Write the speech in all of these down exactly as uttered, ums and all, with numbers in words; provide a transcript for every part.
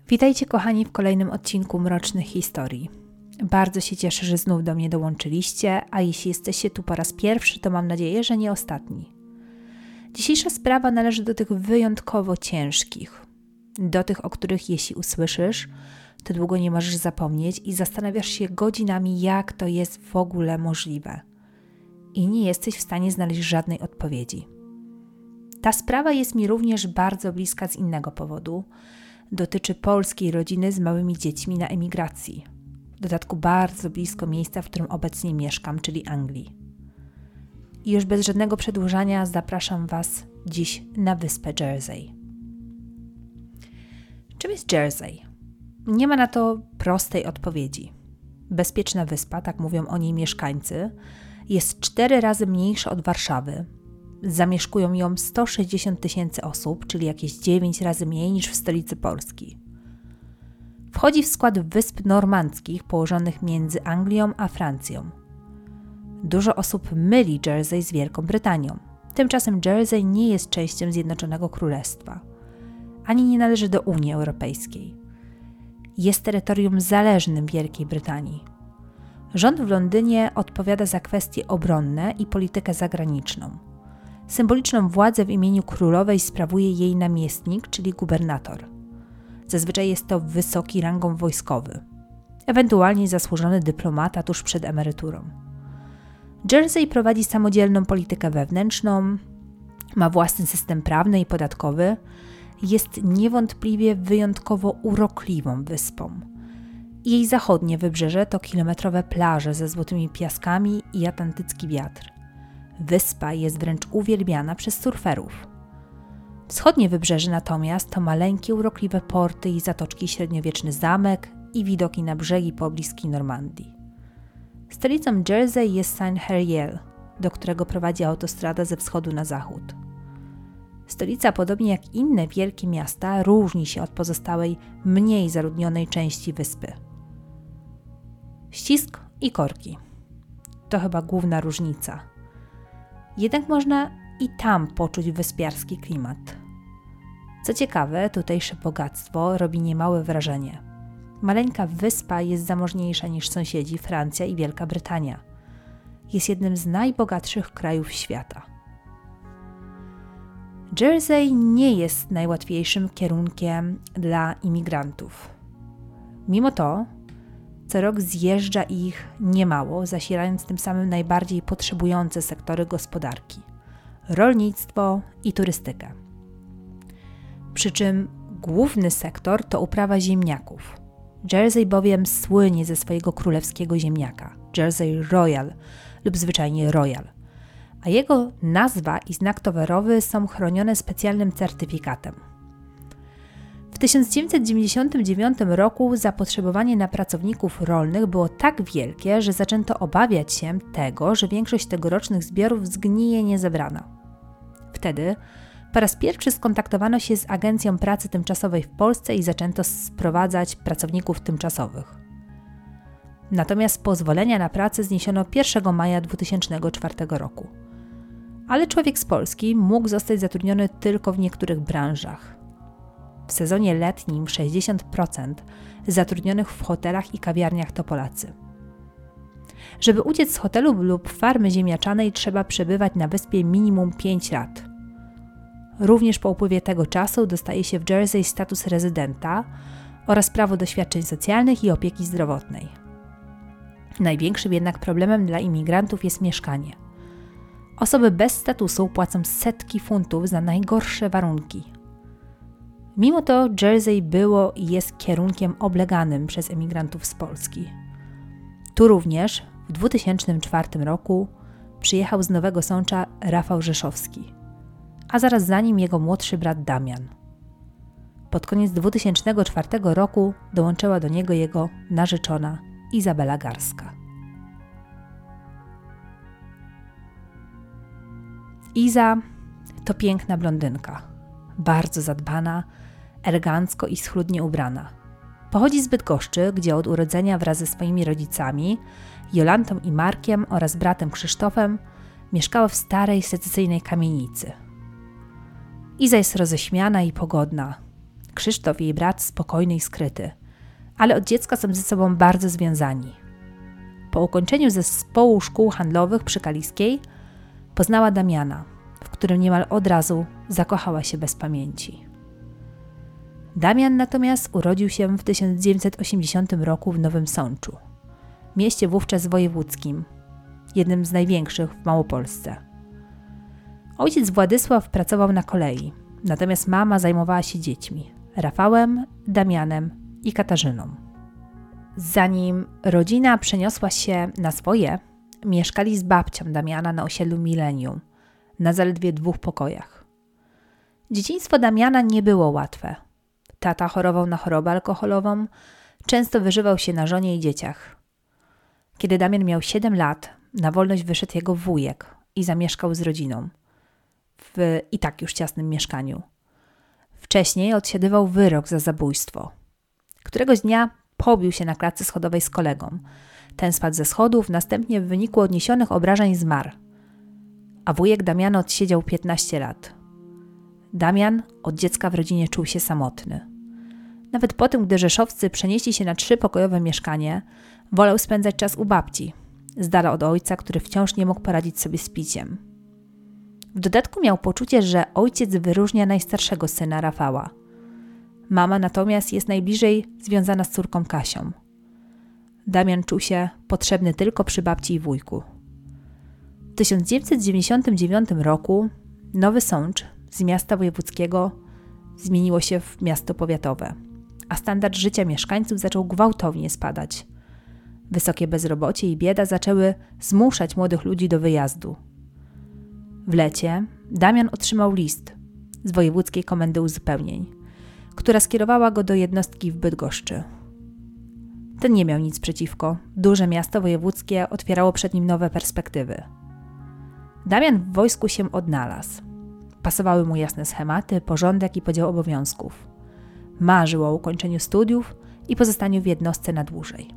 Witajcie kochani w kolejnym odcinku Mrocznych Historii. Bardzo się cieszę, że znów do mnie dołączyliście, a jeśli jesteście tu po raz pierwszy, to mam nadzieję, że nie ostatni. Dzisiejsza sprawa należy do tych wyjątkowo ciężkich. Do tych, o których jeśli usłyszysz, to długo nie możesz zapomnieć i zastanawiasz się godzinami, jak to jest w ogóle możliwe. I nie jesteś w stanie znaleźć żadnej odpowiedzi. Ta sprawa jest mi również bardzo bliska z innego powodu. Dotyczy polskiej rodziny z małymi dziećmi na emigracji. W dodatku bardzo blisko miejsca, w którym obecnie mieszkam, czyli Anglii. I już bez żadnego przedłużania zapraszam Was dziś na wyspę Jersey. Czym jest Jersey? Nie ma na to prostej odpowiedzi. Bezpieczna wyspa, tak mówią o niej mieszkańcy, jest cztery razy mniejsza od Warszawy. Zamieszkują ją sto sześćdziesiąt tysięcy osób, czyli jakieś dziewięć razy mniej niż w stolicy Polski. Wchodzi w skład wysp normandzkich położonych między Anglią a Francją. Dużo osób myli Jersey z Wielką Brytanią. Tymczasem Jersey nie jest częścią Zjednoczonego Królestwa, ani nie należy do Unii Europejskiej. Jest terytorium zależnym Wielkiej Brytanii. Rząd w Londynie odpowiada za kwestie obronne i politykę zagraniczną. Symboliczną władzę w imieniu królowej sprawuje jej namiestnik, czyli gubernator. Zazwyczaj jest to wysoki rangą wojskowy, ewentualnie zasłużony dyplomata tuż przed emeryturą. Jersey prowadzi samodzielną politykę wewnętrzną, ma własny system prawny i podatkowy, jest niewątpliwie wyjątkowo urokliwą wyspą. Jej zachodnie wybrzeże to kilometrowe plaże ze złotymi piaskami i atlantycki wiatr. Wyspa jest wręcz uwielbiana przez surferów. Wschodnie wybrzeże natomiast to maleńkie, urokliwe porty i zatoczki, średniowieczny zamek i widoki na brzegi pobliskiej Normandii. Stolicą Jersey jest Saint-Heriel, do którego prowadzi autostrada ze wschodu na zachód. Stolica, podobnie jak inne wielkie miasta, różni się od pozostałej, mniej zaludnionej części wyspy. Ścisk i korki. To chyba główna różnica. Jednak można i tam poczuć wyspiarski klimat. Co ciekawe, tutejsze bogactwo robi niemałe wrażenie. Maleńka wyspa jest zamożniejsza niż sąsiedzi Francja i Wielka Brytania. Jest jednym z najbogatszych krajów świata. Jersey nie jest najłatwiejszym kierunkiem dla imigrantów. Mimo to co rok zjeżdża ich niemało, zasilając tym samym najbardziej potrzebujące sektory gospodarki – rolnictwo i turystykę. Przy czym główny sektor to uprawa ziemniaków. Jersey bowiem słynie ze swojego królewskiego ziemniaka – Jersey Royal lub zwyczajnie Royal, a jego nazwa i znak towarowy są chronione specjalnym certyfikatem. W tysiąc dziewięćset dziewięćdziesiątym dziewiątym roku zapotrzebowanie na pracowników rolnych było tak wielkie, że zaczęto obawiać się tego, że większość tegorocznych zbiorów zgnije niezebrana. Wtedy po raz pierwszy skontaktowano się z Agencją Pracy Tymczasowej w Polsce i zaczęto sprowadzać pracowników tymczasowych. Natomiast pozwolenia na pracę zniesiono pierwszego maja dwutysięcznego czwartego roku. Ale człowiek z Polski mógł zostać zatrudniony tylko w niektórych branżach. W sezonie letnim sześćdziesiąt procent zatrudnionych w hotelach i kawiarniach to Polacy. Żeby uciec z hotelu lub farmy ziemniaczanej trzeba przebywać na wyspie minimum pięć lat. Również po upływie tego czasu dostaje się w Jersey status rezydenta oraz prawo do świadczeń socjalnych i opieki zdrowotnej. Największym jednak problemem dla imigrantów jest mieszkanie. Osoby bez statusu płacą setki funtów za najgorsze warunki. Mimo to Jersey było i jest kierunkiem obleganym przez emigrantów z Polski. Tu również w dwutysięcznym czwartym roku przyjechał z Nowego Sącza Rafał Rzeszowski, a zaraz za nim jego młodszy brat Damian. Pod koniec dwutysięcznego czwartego roku dołączyła do niego jego narzeczona Izabela Garska. Iza to piękna blondynka, bardzo zadbana, elegancko i schludnie ubrana. Pochodzi z Bydgoszczy, gdzie od urodzenia wraz ze swoimi rodzicami, Jolantą i Markiem oraz bratem Krzysztofem, mieszkała w starej, secesyjnej kamienicy. Iza jest roześmiana i pogodna. Krzysztof, jej brat, spokojny i skryty, ale od dziecka są ze sobą bardzo związani. Po ukończeniu zespołu szkół handlowych przy Kaliskiej poznała Damiana, w którym niemal od razu zakochała się bez pamięci. Damian natomiast urodził się w tysiąc dziewięćset osiemdziesiątym roku w Nowym Sączu, mieście wówczas wojewódzkim, jednym z największych w Małopolsce. Ojciec Władysław pracował na kolei, natomiast mama zajmowała się dziećmi, Rafałem, Damianem i Katarzyną. Zanim rodzina przeniosła się na swoje, mieszkali z babcią Damiana na osiedlu Milenium, na zaledwie dwóch pokojach. Dzieciństwo Damiana nie było łatwe. Tata chorował na chorobę alkoholową, często wyżywał się na żonie i dzieciach. Kiedy Damian miał siedem lat, na wolność wyszedł jego wujek i zamieszkał z rodziną w i tak już ciasnym mieszkaniu. Wcześniej odsiadywał wyrok za zabójstwo. Któregoś dnia pobił się na klatce schodowej z kolegą. Ten spadł ze schodów, następnie w wyniku odniesionych obrażeń zmarł. A wujek Damiana odsiedział piętnaście lat. Damian od dziecka w rodzinie czuł się samotny. Nawet po tym, gdy rzeszowcy przenieśli się na trzypokojowe mieszkanie, wolał spędzać czas u babci, z dala od ojca, który wciąż nie mógł poradzić sobie z piciem. W dodatku miał poczucie, że ojciec wyróżnia najstarszego syna Rafała. Mama natomiast jest najbliżej związana z córką Kasią. Damian czuł się potrzebny tylko przy babci i wujku. W tysiąc dziewięćset dziewięćdziesiątym dziewiątym roku Nowy Sącz z miasta wojewódzkiego zmieniło się w miasto powiatowe, a standard życia mieszkańców zaczął gwałtownie spadać. Wysokie bezrobocie i bieda zaczęły zmuszać młodych ludzi do wyjazdu. W lecie Damian otrzymał list z Wojewódzkiej Komendy Uzupełnień, która skierowała go do jednostki w Bydgoszczy. Ten nie miał nic przeciwko. Duże miasto wojewódzkie otwierało przed nim nowe perspektywy. Damian w wojsku się odnalazł. Pasowały mu jasne schematy, porządek i podział obowiązków. Marzył o ukończeniu studiów i pozostaniu w jednostce na dłużej.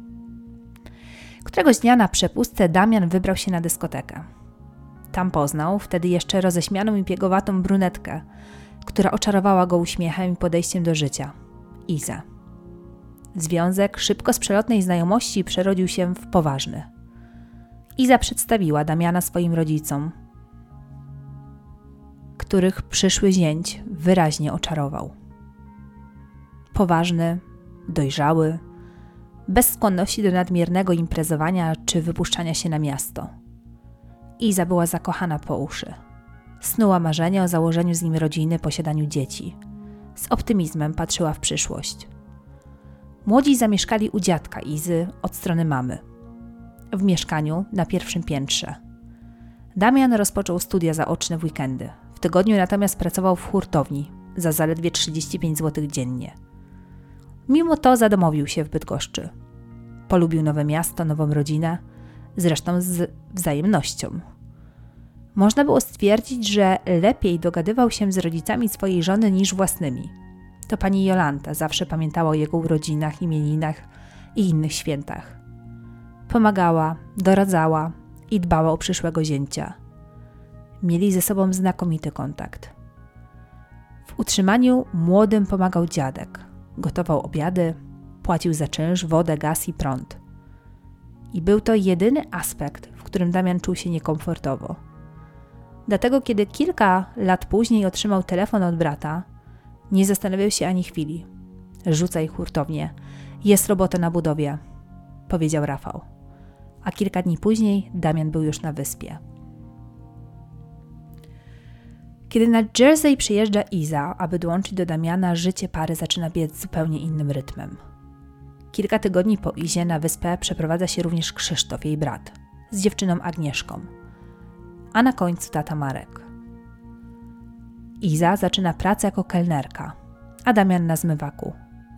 Któregoś dnia na przepustce Damian wybrał się na dyskotekę. Tam poznał wtedy jeszcze roześmianą i piegowatą brunetkę, która oczarowała go uśmiechem i podejściem do życia. Izę. Związek szybko z przelotnej znajomości przerodził się w poważny. Iza przedstawiła Damiana swoim rodzicom, których przyszły zięć wyraźnie oczarował. Poważny, dojrzały, bez skłonności do nadmiernego imprezowania czy wypuszczania się na miasto. Iza była zakochana po uszy. Snuła marzenia o założeniu z nim rodziny, posiadaniu dzieci. Z optymizmem patrzyła w przyszłość. Młodzi zamieszkali u dziadka Izy od strony mamy. W mieszkaniu na pierwszym piętrze. Damian rozpoczął studia zaoczne w weekendy. W tygodniu natomiast pracował w hurtowni za zaledwie trzydzieści pięć złotych dziennie. Mimo to zadomowił się w Bydgoszczy. Polubił nowe miasto, nową rodzinę, zresztą z wzajemnością. Można było stwierdzić, że lepiej dogadywał się z rodzicami swojej żony niż własnymi. To pani Jolanta zawsze pamiętała o jego urodzinach, imieninach i innych świętach. Pomagała, doradzała i dbała o przyszłego zięcia. Mieli ze sobą znakomity kontakt. W utrzymaniu młodym pomagał dziadek. Gotował obiady, płacił za czynsz, wodę, gaz i prąd. I był to jedyny aspekt, w którym Damian czuł się niekomfortowo. Dlatego, kiedy kilka lat później otrzymał telefon od brata, nie zastanawiał się ani chwili. Rzucaj hurtownię. Jest robota na budowie, powiedział Rafał. A kilka dni później Damian był już na wyspie. Kiedy na Jersey przyjeżdża Iza, aby dołączyć do Damiana, życie pary zaczyna biec zupełnie innym rytmem. Kilka tygodni po Izie na wyspę przeprowadza się również Krzysztof, jej brat, z dziewczyną Agnieszką. A na końcu tata Marek. Iza zaczyna pracę jako kelnerka, a Damian na zmywaku.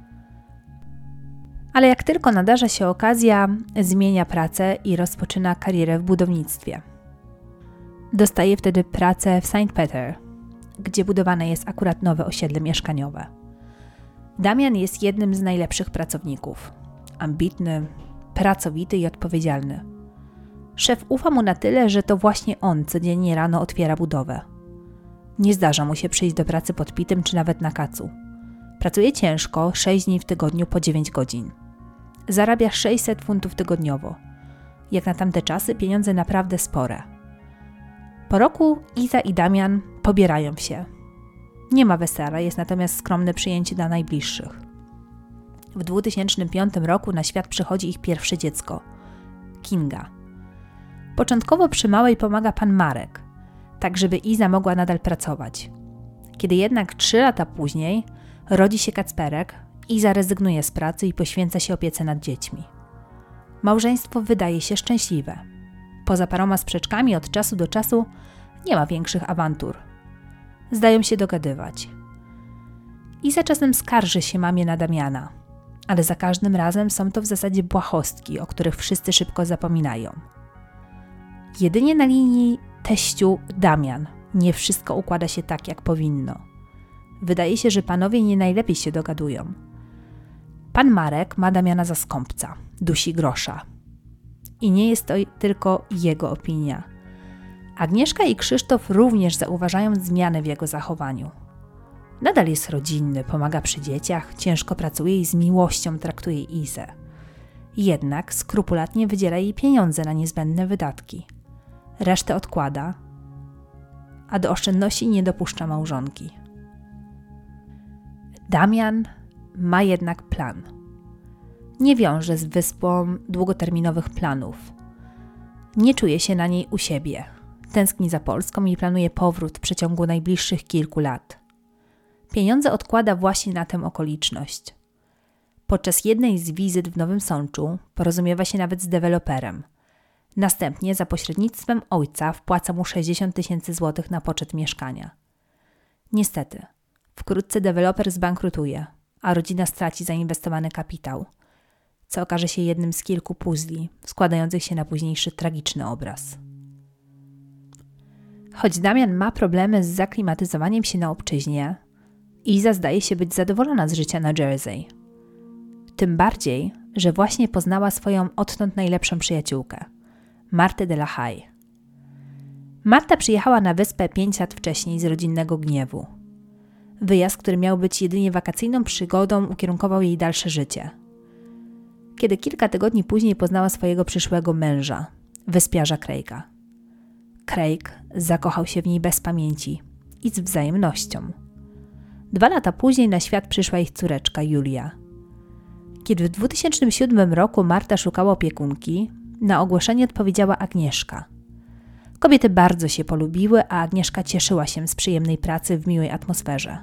Ale jak tylko nadarza się okazja, zmienia pracę i rozpoczyna karierę w budownictwie. Dostaje wtedy pracę w Saint Peter, gdzie budowane jest akurat nowe osiedle mieszkaniowe. Damian jest jednym z najlepszych pracowników. Ambitny, pracowity i odpowiedzialny. Szef ufa mu na tyle, że to właśnie on codziennie rano otwiera budowę. Nie zdarza mu się przyjść do pracy podpitym czy nawet na kacu. Pracuje ciężko, sześć dni w tygodniu po dziewięć godzin. Zarabia sześćset funtów tygodniowo. Jak na tamte czasy pieniądze naprawdę spore. Po roku Iza i Damian pobierają się. Nie ma wesela, jest natomiast skromne przyjęcie dla najbliższych. W dwa tysiące piątym roku na świat przychodzi ich pierwsze dziecko, Kinga. Początkowo przy małej pomaga pan Marek, tak żeby Iza mogła nadal pracować. Kiedy jednak trzy lata później rodzi się Kacperek, Iza rezygnuje z pracy i poświęca się opiece nad dziećmi. Małżeństwo wydaje się szczęśliwe. Poza paroma sprzeczkami od czasu do czasu nie ma większych awantur. Zdają się dogadywać. Iza czasem skarży się mamie na Damiana, ale za każdym razem są to w zasadzie błahostki, o których wszyscy szybko zapominają. Jedynie na linii teściu Damian nie wszystko układa się tak, jak powinno. Wydaje się, że panowie nie najlepiej się dogadują. Pan Marek ma Damiana za skąpca, dusi grosza. I nie jest to tylko jego opinia. Agnieszka i Krzysztof również zauważają zmiany w jego zachowaniu. Nadal jest rodzinny, pomaga przy dzieciach, ciężko pracuje i z miłością traktuje Izę. Jednak skrupulatnie wydziela jej pieniądze na niezbędne wydatki. Resztę odkłada, a do oszczędności nie dopuszcza małżonki. Damian ma jednak plan. Nie wiąże z wyspą długoterminowych planów. Nie czuje się na niej u siebie. Tęskni za Polską i planuje powrót w przeciągu najbliższych kilku lat. Pieniądze odkłada właśnie na tę okoliczność. Podczas jednej z wizyt w Nowym Sączu porozumiewa się nawet z deweloperem. Następnie za pośrednictwem ojca wpłaca mu sześćdziesiąt tysięcy złotych na poczet mieszkania. Niestety, wkrótce deweloper zbankrutuje, a rodzina straci zainwestowany kapitał, co okaże się jednym z kilku puzli składających się na późniejszy tragiczny obraz. Choć Damian ma problemy z zaklimatyzowaniem się na obczyźnie, Iza zdaje się być zadowolona z życia na Jersey. Tym bardziej, że właśnie poznała swoją odtąd najlepszą przyjaciółkę, Martę de la Haye. Marta przyjechała na wyspę pięć lat wcześniej z rodzinnego gniewu. Wyjazd, który miał być jedynie wakacyjną przygodą, ukierunkował jej dalsze życie. Kiedy kilka tygodni później poznała swojego przyszłego męża, wyspiarza Craig'a. Craig zakochał się w niej bez pamięci i z wzajemnością. Dwa lata później na świat przyszła ich córeczka Julia. Kiedy w dwa tysiące siódmym roku Marta szukała opiekunki, na ogłoszenie odpowiedziała Agnieszka. Kobiety bardzo się polubiły, a Agnieszka cieszyła się z przyjemnej pracy w miłej atmosferze.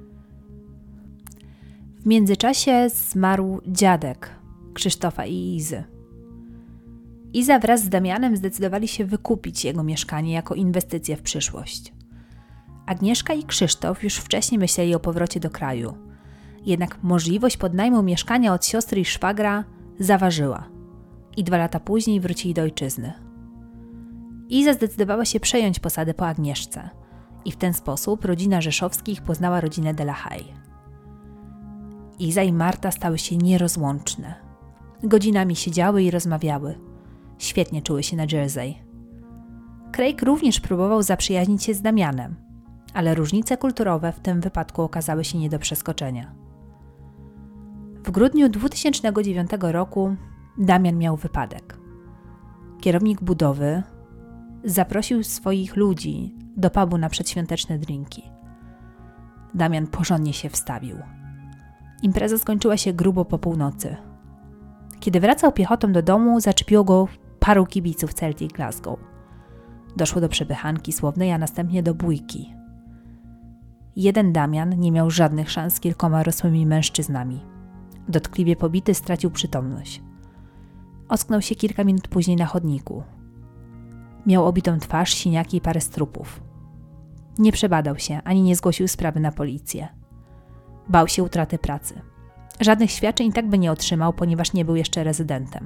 W międzyczasie zmarł dziadek Krzysztofa i Izy. Iza wraz z Damianem zdecydowali się wykupić jego mieszkanie jako inwestycję w przyszłość. Agnieszka i Krzysztof już wcześniej myśleli o powrocie do kraju. Jednak możliwość podnajmu mieszkania od siostry i szwagra zaważyła i dwa lata później wrócili do ojczyzny. Iza zdecydowała się przejąć posadę po Agnieszce i w ten sposób rodzina Rzeszowskich poznała rodzinę de la Haye. Iza i Marta stały się nierozłączne. Godzinami siedziały i rozmawiały. Świetnie czuły się na Jersey. Craig również próbował zaprzyjaźnić się z Damianem, ale różnice kulturowe w tym wypadku okazały się nie do przeskoczenia. W grudniu dwa tysiące dziewiątego roku Damian miał wypadek. Kierownik budowy zaprosił swoich ludzi do pubu na przedświąteczne drinki. Damian porządnie się wstawił. Impreza skończyła się grubo po północy. Kiedy wracał piechotą do domu, zaczepiło go paru kibiców Celtic Glasgow. Doszło do przepychanki słownej, a następnie do bójki. Jeden Damian nie miał żadnych szans z kilkoma rosłymi mężczyznami. Dotkliwie pobity stracił przytomność. Ocknął się kilka minut później na chodniku. Miał obitą twarz, siniaki i parę strupów. Nie przebadał się, ani nie zgłosił sprawy na policję. Bał się utraty pracy. Żadnych świadczeń i tak by nie otrzymał, ponieważ nie był jeszcze rezydentem.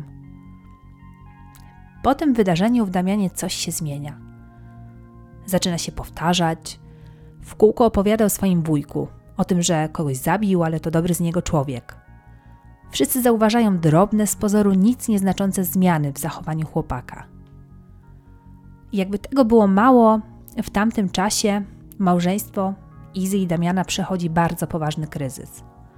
Po tym wydarzeniu w Damianie coś się zmienia. Zaczyna się powtarzać. W kółko opowiada o swoim wujku, o tym, że kogoś zabił, ale to dobry z niego człowiek. Wszyscy zauważają drobne, z pozoru nic nieznaczące zmiany w zachowaniu chłopaka. Jakby tego było mało, w tamtym czasie małżeństwo Izy i Damiana przechodzi bardzo poważny kryzys.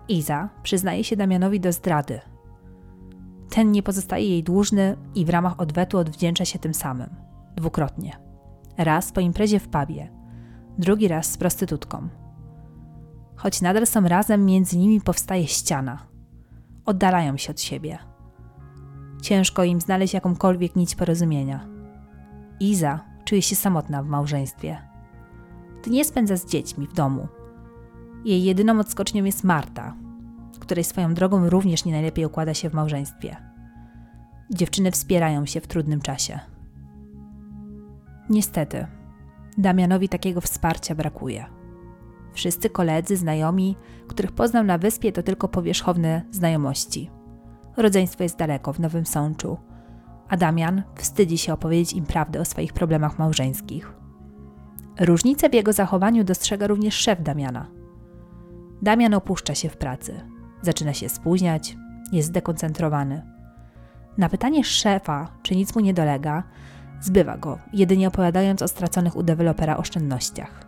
Iza przyznaje się Damianowi do zdrady. Ten nie pozostaje jej dłużny i w ramach odwetu odwdzięcza się tym samym. Dwukrotnie. Raz po imprezie w pubie, drugi raz z prostytutką. Choć nadal są razem, między nimi powstaje ściana. Oddalają się od siebie. Ciężko im znaleźć jakąkolwiek nić porozumienia. Iza czuje się samotna w małżeństwie. Dnie spędza z dziećmi w domu. Jej jedyną odskocznią jest Marta, której swoją drogą również nie najlepiej układa się w małżeństwie. Dziewczyny wspierają się w trudnym czasie. Niestety, Damianowi takiego wsparcia brakuje. Wszyscy koledzy, znajomi, których poznał na wyspie, to tylko powierzchowne znajomości. Rodzeństwo jest daleko, w Nowym Sączu, a Damian wstydzi się opowiedzieć im prawdę o swoich problemach małżeńskich. Różnicę w jego zachowaniu dostrzega również szef Damiana. Damian opuszcza się w pracy, zaczyna się spóźniać, jest zdekoncentrowany. Na pytanie szefa, czy nic mu nie dolega, zbywa go, jedynie opowiadając o straconych u dewelopera oszczędnościach.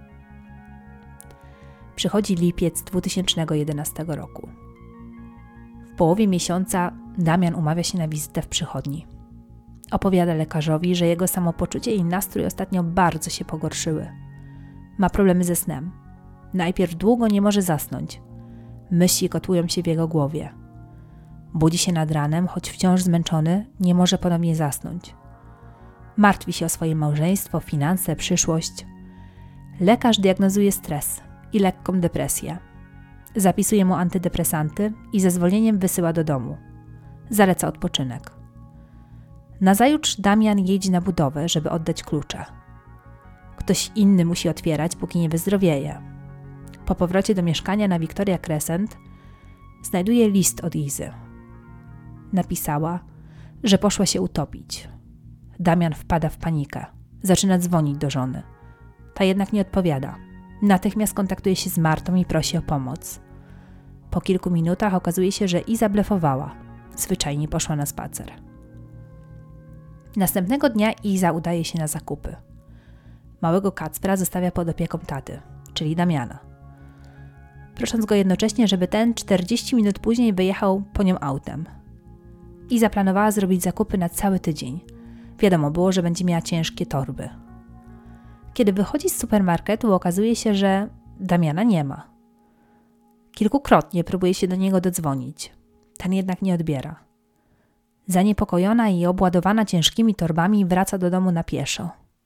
Przychodzi lipiec dwa tysiące jedenastego roku. W połowie miesiąca Damian umawia się na wizytę w przychodni. Opowiada lekarzowi, że jego samopoczucie i nastrój ostatnio bardzo się pogorszyły. Ma problemy ze snem. Najpierw długo nie może zasnąć. Myśli kotłują się w jego głowie. Budzi się nad ranem, choć wciąż zmęczony, nie może ponownie zasnąć. Martwi się o swoje małżeństwo, finanse, przyszłość. Lekarz diagnozuje stres i lekką depresję. Zapisuje mu antydepresanty i ze zwolnieniem wysyła do domu. Zaleca odpoczynek. Nazajutrz Damian jedzie na budowę, żeby oddać klucze. Ktoś inny musi otwierać, póki nie wyzdrowieje. Po powrocie do mieszkania na Victoria Crescent znajduje list od Izy. Napisała, że poszła się utopić. Damian wpada w panikę. Zaczyna dzwonić do żony. Ta jednak nie odpowiada. Natychmiast kontaktuje się z Martą i prosi o pomoc. Po kilku minutach okazuje się, że Iza blefowała. Zwyczajnie poszła na spacer. Następnego dnia Iza udaje się na zakupy. Małego Kacpra zostawia pod opieką taty, czyli Damiana, prosząc go jednocześnie, żeby ten czterdzieści minut później wyjechał po nią autem. Iza planowała zrobić zakupy na cały tydzień. Wiadomo było, że będzie miała ciężkie torby. Kiedy wychodzi z supermarketu, okazuje się, że Damiana nie ma. Kilkukrotnie próbuje się do niego dodzwonić. Ten jednak nie odbiera. Zaniepokojona i obładowana ciężkimi torbami wraca do domu na pieszo.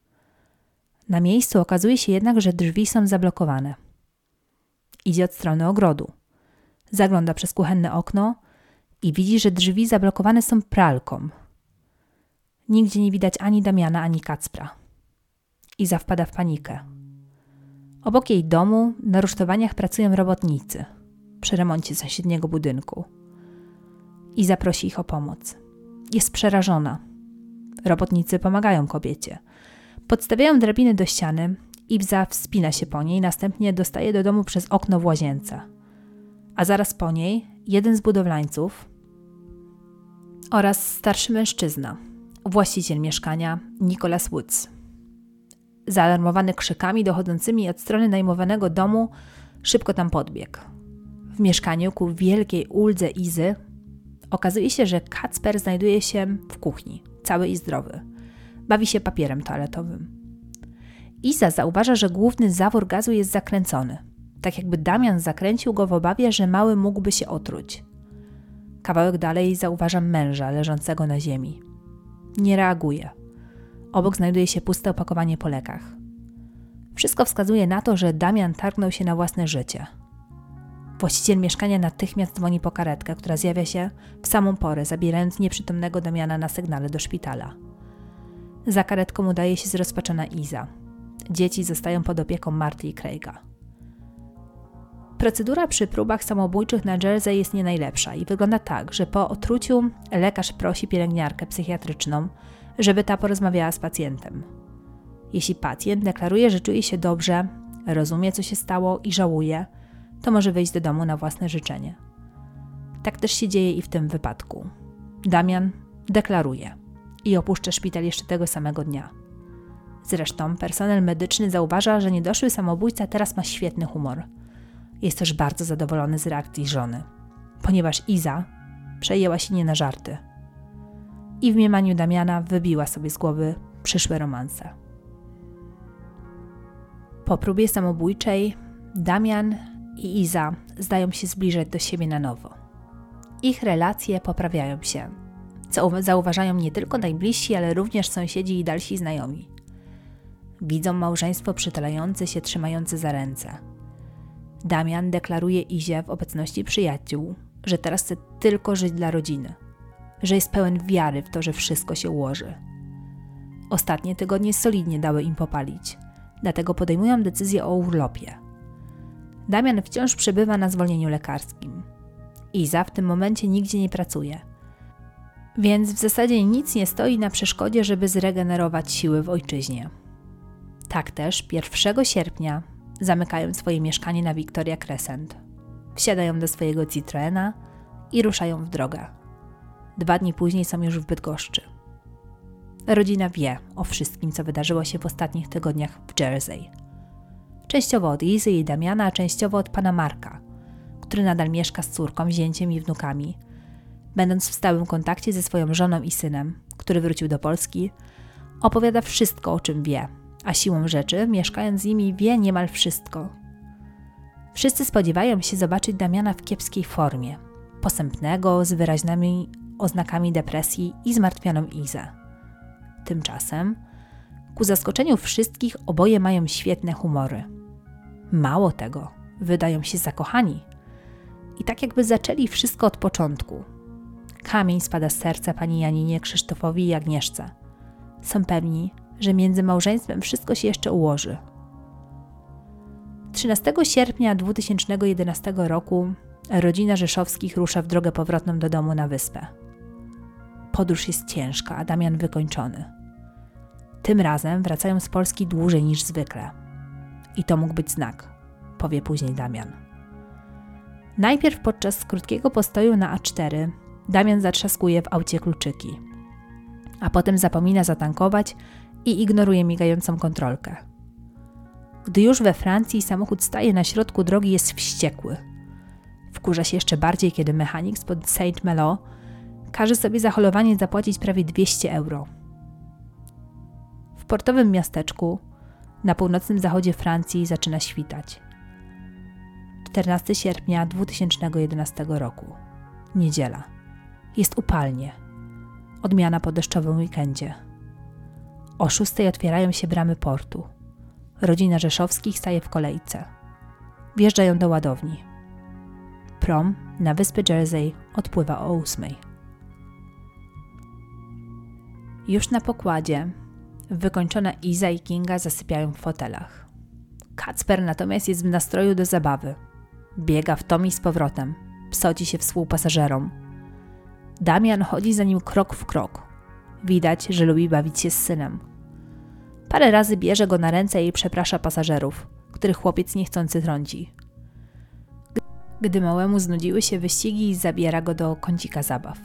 Na miejscu okazuje się jednak, że drzwi są zablokowane. Idzie od strony ogrodu. Zagląda przez kuchenne okno i widzi, że drzwi zablokowane są pralką. Nigdzie nie widać ani Damiana, ani Kacpra. Iza wpada w panikę. Obok jej domu na rusztowaniach pracują robotnicy przy remoncie sąsiedniego budynku. Iza prosi ich o pomoc. Jest przerażona. Robotnicy pomagają kobiecie. Podstawiają drabiny do ściany. Iza wspina się po niej, następnie dostaje do domu przez okno w łazience. A zaraz po niej jeden z budowlańców oraz starszy mężczyzna, właściciel mieszkania, Nicholas Woods. Zaalarmowany krzykami dochodzącymi od strony najmowanego domu, szybko tam podbiegł. W mieszkaniu ku wielkiej uldze Izy okazuje się, że Kacper znajduje się w kuchni, cały i zdrowy. Bawi się papierem toaletowym. Iza zauważa, że główny zawór gazu jest zakręcony, tak jakby Damian zakręcił go w obawie, że mały mógłby się otruć. Kawałek dalej zauważa męża leżącego na ziemi. Nie reaguje. Obok znajduje się puste opakowanie po lekach. Wszystko wskazuje na to, że Damian targnął się na własne życie. Właściciel mieszkania natychmiast dzwoni po karetkę, która zjawia się w samą porę, zabierając nieprzytomnego Damiana na sygnale do szpitala. Za karetką udaje się zrozpaczona Iza. Dzieci zostają pod opieką Marty i Craiga. Procedura przy próbach samobójczych na Jersey jest nie najlepsza i wygląda tak, że po otruciu lekarz prosi pielęgniarkę psychiatryczną, żeby ta porozmawiała z pacjentem. Jeśli pacjent deklaruje, że czuje się dobrze, rozumie, co się stało i żałuje, to może wyjść do domu na własne życzenie. Tak też się dzieje i w tym wypadku. Damian deklaruje i opuszcza szpital jeszcze tego samego dnia. Zresztą personel medyczny zauważa, że niedoszły samobójca teraz ma świetny humor. jest też bardzo zadowolony z reakcji żony, ponieważ Iza przejęła się nie na żarty i w mniemaniu Damiana wybiła sobie z głowy przyszłe romanse. Po próbie samobójczej Damian i Iza zdają się zbliżać do siebie na nowo. Ich relacje poprawiają się, co zauważają nie tylko najbliżsi, ale również sąsiedzi i dalsi znajomi. Widzą małżeństwo przytulające się, trzymające za ręce. Damian deklaruje Izie w obecności przyjaciół, że teraz chce tylko żyć dla rodziny, że jest pełen wiary w to, że wszystko się ułoży. Ostatnie tygodnie solidnie dały im popalić, dlatego podejmują decyzję o urlopie. Damian wciąż przebywa na zwolnieniu lekarskim. Iza w tym momencie nigdzie nie pracuje, więc w zasadzie nic nie stoi na przeszkodzie, żeby zregenerować siły w ojczyźnie. Tak też pierwszego sierpnia zamykają swoje mieszkanie na Victoria Crescent. Wsiadają do swojego Citroena i ruszają w drogę. Dwa dni później są już w Bydgoszczy. Rodzina wie o wszystkim, co wydarzyło się w ostatnich tygodniach w Jersey. Częściowo od Izy i Damiana, a częściowo od pana Marka, który nadal mieszka z córką, zięciem i wnukami, będąc w stałym kontakcie ze swoją żoną i synem, który wrócił do Polski, opowiada wszystko, o czym wie, a siłą rzeczy, mieszkając z nimi, wie niemal wszystko. Wszyscy spodziewają się zobaczyć Damiana w kiepskiej formie, posępnego, z wyraźnymi oznakami depresji i zmartwioną Izę. Tymczasem, ku zaskoczeniu wszystkich, oboje mają świetne humory. Mało tego, wydają się zakochani i tak jakby zaczęli wszystko od początku. Kamień spada z serca pani Janinie, Krzysztofowi i Agnieszce. Są pewni, że między małżeństwem wszystko się jeszcze ułoży. trzynastego sierpnia dwa tysiące jedenastego roku rodzina Rzeszowskich rusza w drogę powrotną do domu na wyspę. Podróż jest ciężka, a Damian wykończony. Tym razem wracają z Polski dłużej niż zwykle. I to mógł być znak, powie później Damian. Najpierw podczas krótkiego postoju na A cztery Damian zatrzaskuje w aucie kluczyki, a potem zapomina zatankować i ignoruje migającą kontrolkę. Gdy już we Francji samochód staje na środku drogi, jest wściekły. Wkurza się jeszcze bardziej, kiedy mechanik spod Saint-Malo każe sobie za holowanie zapłacić prawie dwieście euro. W portowym miasteczku na północnym zachodzie Francji zaczyna świtać. czternastego sierpnia dwa tysiące jedenastego roku. Niedziela. Jest upalnie. Odmiana po deszczowym weekendzie. O szóstej otwierają się bramy portu. Rodzina Rzeszowskich staje w kolejce. Wjeżdżają do ładowni. Prom na wyspę Jersey odpływa o ósmej. Już na pokładzie wykończona Iza i Kinga zasypiają w fotelach. Kacper natomiast jest w nastroju do zabawy. Biega w tom i z powrotem. Psoci się współpasażerom. Damian chodzi za nim krok w krok. Widać, że lubi bawić się z synem. Parę razy bierze go na ręce i przeprasza pasażerów, których chłopiec niechcący trąci. Gdy małemu znudziły się wyścigi, zabiera go do kącika zabaw.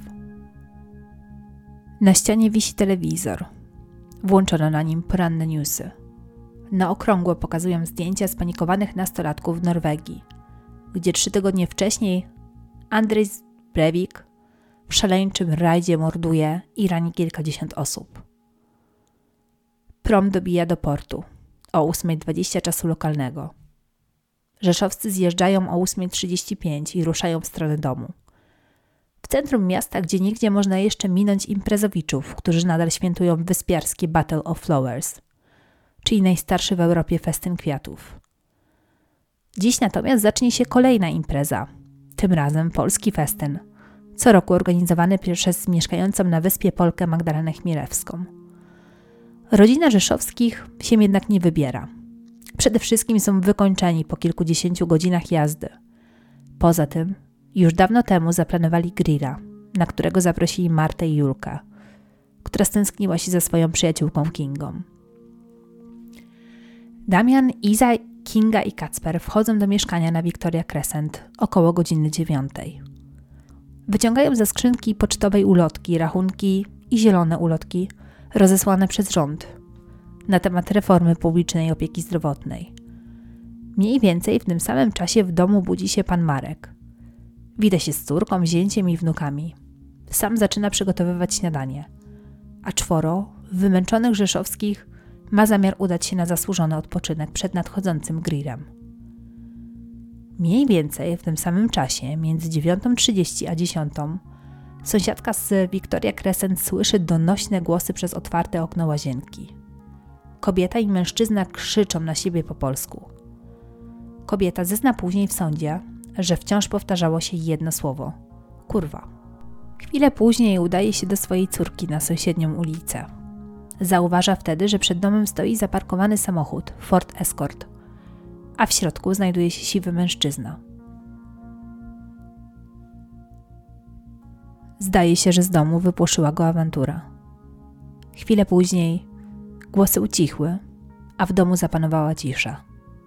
Na ścianie wisi telewizor. Włączono na nim poranne newsy. Na okrągło pokazują zdjęcia spanikowanych nastolatków w Norwegii, gdzie trzy tygodnie wcześniej Andrzej Breivik w szaleńczym rajdzie morduje i rani kilkadziesiąt osób. Prom dobija do portu o ósma dwadzieścia czasu lokalnego. Rzeszowscy zjeżdżają o ósma trzydzieści pięć i ruszają w stronę domu. W centrum miasta, gdzie nigdzie można jeszcze minąć imprezowiczów, którzy nadal świętują wyspiarskie Battle of Flowers, czyli najstarszy w Europie festyn kwiatów. Dziś natomiast zacznie się kolejna impreza, tym razem polski festyn, co roku organizowany przez mieszkającą na wyspie Polkę Magdalenę Chmielewską. Rodzina Rzeszowskich się jednak nie wybiera. Przede wszystkim są wykończeni po kilkudziesięciu godzinach jazdy. Poza tym już dawno temu zaplanowali grilla, na którego zaprosili Martę i Julkę, która stęskniła się za swoją przyjaciółką Kingą. Damian, Iza, Kinga i Kacper wchodzą do mieszkania na Victoria Crescent około godziny dziewiątej. Wyciągają ze skrzynki pocztowej ulotki, rachunki i zielone ulotki rozesłane przez rząd na temat reformy publicznej opieki zdrowotnej. Mniej więcej w tym samym czasie w domu budzi się pan Marek. Wita się z córką, zięciem i wnukami. Sam zaczyna przygotowywać śniadanie, a czworo wymęczonych rzeszowskich ma zamiar udać się na zasłużony odpoczynek przed nadchodzącym grillem. Mniej więcej w tym samym czasie, między dziewiątą trzydzieści a dziesiątą, sąsiadka z Victoria Crescent słyszy donośne głosy przez otwarte okno łazienki. Kobieta i mężczyzna krzyczą na siebie po polsku. Kobieta zezna później w sądzie, że wciąż powtarzało się jedno słowo – kurwa. Chwilę później udaje się do swojej córki na sąsiednią ulicę. Zauważa wtedy, że przed domem stoi zaparkowany samochód Ford Escort, a w środku znajduje się siwy mężczyzna. Zdaje się, że z domu wypłoszyła go awantura. Chwilę później głosy ucichły, a w domu zapanowała cisza.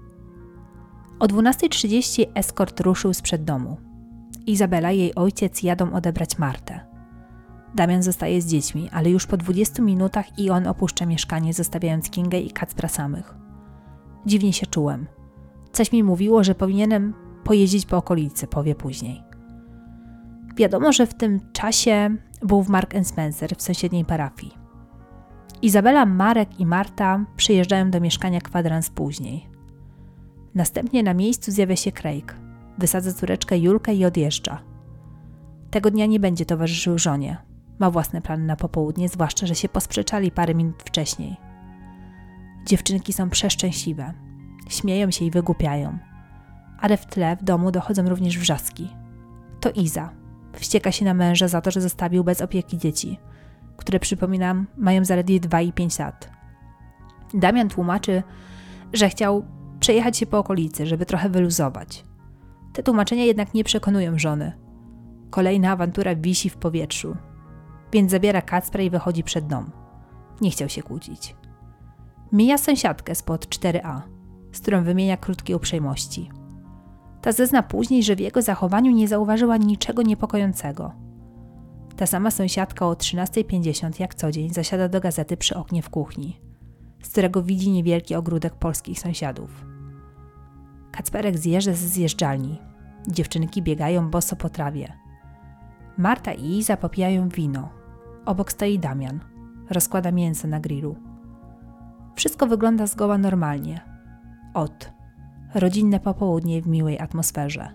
O dwunasta trzydzieści Escort ruszył sprzed domu. Izabela i jej ojciec jadą odebrać Martę. Damian zostaje z dziećmi, ale już po dwudziestu minutach i on opuszcza mieszkanie, zostawiając Kingę i Kacpra samych. Dziwnie się czułem. Coś mi mówiło, że powinienem pojeździć po okolicy, powie później. Wiadomo, że w tym czasie był w Mark and Spencer w sąsiedniej parafii. Izabela, Marek i Marta przyjeżdżają do mieszkania kwadrans później. Następnie na miejscu zjawia się Craig. Wysadza córeczkę Julkę i odjeżdża. Tego dnia nie będzie towarzyszył żonie. Ma własne plany na popołudnie, zwłaszcza, że się posprzeczali parę minut wcześniej. Dziewczynki są przeszczęśliwe. Śmieją się i wygłupiają. Ale w tle w domu dochodzą również wrzaski. To Iza. Wścieka się na męża za to, że zostawił bez opieki dzieci, które, przypominam, mają zaledwie dwa i pięć lat. Damian tłumaczy, że chciał przejechać się po okolicy, żeby trochę wyluzować. Te tłumaczenia jednak nie przekonują żony. Kolejna awantura wisi w powietrzu, więc zabiera Kacpra i wychodzi przed dom. Nie chciał się kłócić. Mija sąsiadkę spod cztery A, z którą wymienia krótkie uprzejmości. Ta zezna później, że w jego zachowaniu nie zauważyła niczego niepokojącego. Ta sama sąsiadka o trzynasta pięćdziesiąt jak co dzień zasiada do gazety przy oknie w kuchni, z którego widzi niewielki ogródek polskich sąsiadów. Kacperek zjeżdża ze zjeżdżalni. Dziewczynki biegają boso po trawie. Marta i Iza popijają wino. Obok stoi Damian. Rozkłada mięso na grillu. Wszystko wygląda zgoła normalnie. Ot. Rodzinne popołudnie w miłej atmosferze.